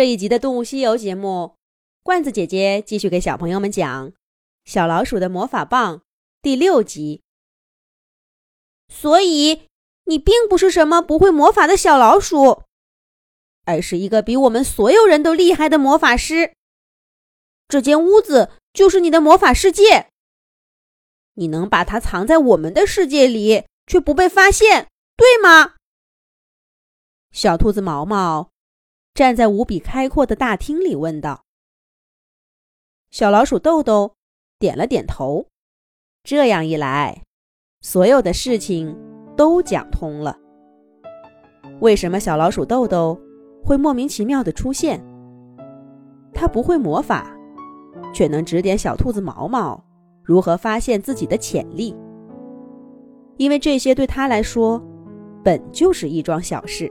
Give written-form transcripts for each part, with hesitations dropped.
这一集的动物西游节目，罐子姐姐继续给小朋友们讲小老鼠的魔法棒第6集。所以你并不是什么不会魔法的小老鼠，而是一个比我们所有人都厉害的魔法师。这间屋子就是你的魔法世界，你能把它藏在我们的世界里，却不被发现，对吗？小兔子毛毛站在无比开阔的大厅里问道。小老鼠豆豆点了点头，这样一来，所有的事情都讲通了。为什么小老鼠豆豆会莫名其妙地出现？它不会魔法，却能指点小兔子毛毛如何发现自己的潜力。因为这些对它来说，本就是一桩小事。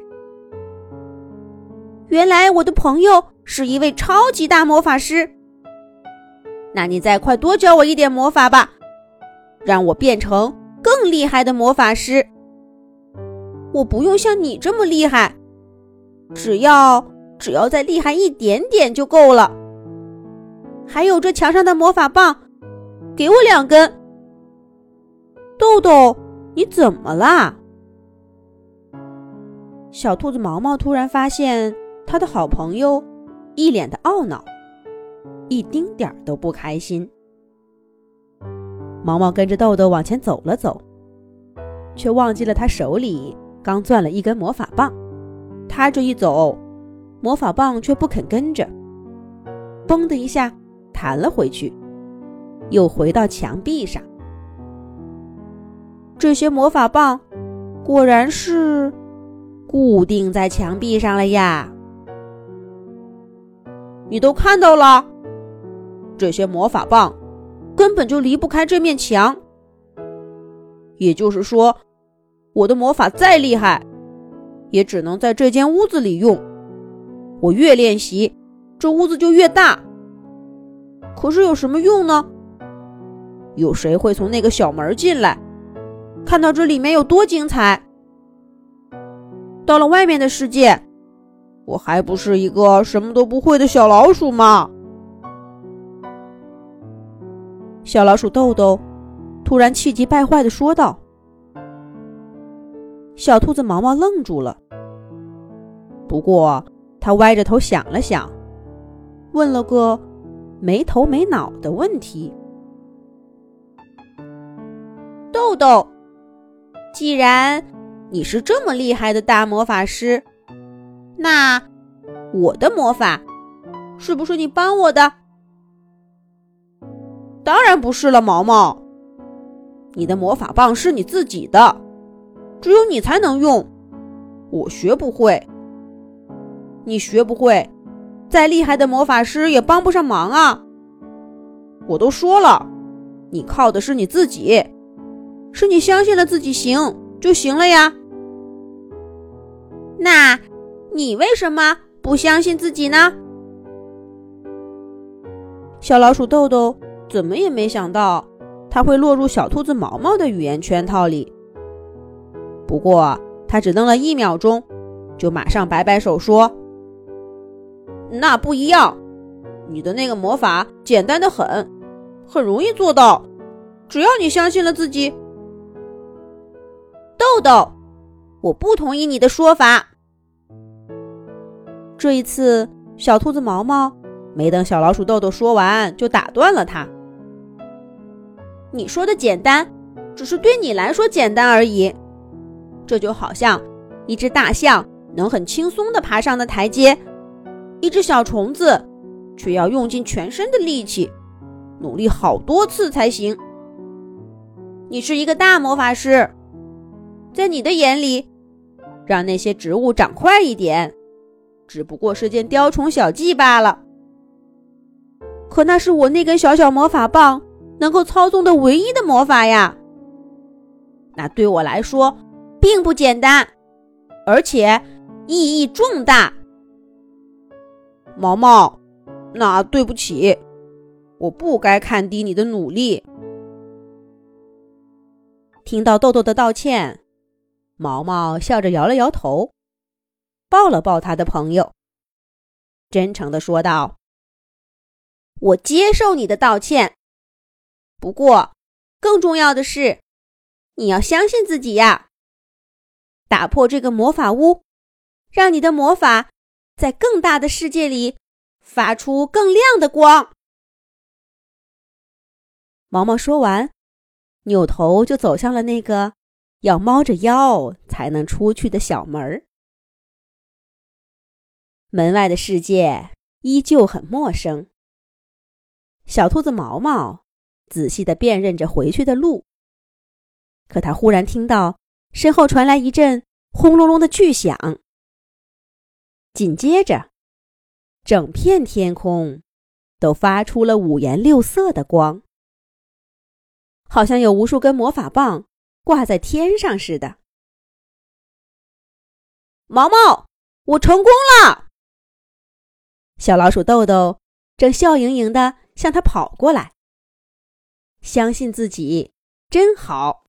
原来我的朋友是一位超级大魔法师，那你再快多教我一点魔法吧，让我变成更厉害的魔法师。我不用像你这么厉害，只要再厉害一点点就够了。还有这墙上的魔法棒，给我2根。豆豆，你怎么啦？小兔子毛毛突然发现他的好朋友一脸的懊恼，一丁点都不开心。毛毛跟着豆豆往前走了走，却忘记了他手里刚攥了一根魔法棒。他这一走，魔法棒却不肯跟着，嘣的一下弹了回去，又回到墙壁上。这些魔法棒果然是固定在墙壁上了呀。你都看到了，这些魔法棒根本就离不开这面墙。也就是说，我的魔法再厉害，也只能在这间屋子里用。我越练习，这屋子就越大。可是有什么用呢？有谁会从那个小门进来，看到这里面有多精彩？到了外面的世界，我还不是一个什么都不会的小老鼠吗？小老鼠豆豆突然气急败坏地说道。小兔子毛毛愣住了，不过他歪着头想了想，问了个没头没脑的问题。豆豆，既然你是这么厉害的大魔法师，那我的魔法是不是你帮我的？当然不是了，毛毛，你的魔法棒是你自己的，只有你才能用，我学不会。你学不会，再厉害的魔法师也帮不上忙啊。我都说了，你靠的是你自己，是你相信了自己行就行了呀。那你为什么不相信自己呢？小老鼠豆豆怎么也没想到他会落入小兔子毛毛的语言圈套里。不过他只愣了1秒钟，就马上摆摆手说，那不一样，你的那个魔法简单得很，很容易做到，只要你相信了自己。豆豆，我不同意你的说法。这一次，小兔子毛毛没等小老鼠豆豆说完，就打断了他。你说的简单，只是对你来说简单而已。这就好像一只大象能很轻松地爬上的台阶，一只小虫子却要用尽全身的力气，努力好多次才行。你是一个大魔法师，在你的眼里，让那些植物长快一点，只不过是件雕虫小技罢了。可那是我那根小小魔法棒能够操纵的唯一的魔法呀。那对我来说并不简单，而且意义重大。毛毛，那对不起，我不该看低你的努力。听到豆豆的道歉，毛毛笑着摇了摇头，抱了抱他的朋友。 真诚地说道：“我接受你的道歉，不过更重要的是，你要相信自己呀！打破这个魔法屋，让你的魔法在更大的世界里发出更亮的光。”毛毛说完，扭头就走向了那个要猫着腰才能出去的小门。门外的世界依旧很陌生。小兔子毛毛仔细地辨认着回去的路，可他忽然听到身后传来一阵轰隆隆的巨响，紧接着，整片天空都发出了五颜六色的光，好像有无数根魔法棒挂在天上似的。毛毛，我成功了！小老鼠豆豆正笑盈盈地向他跑过来。相信自己真好。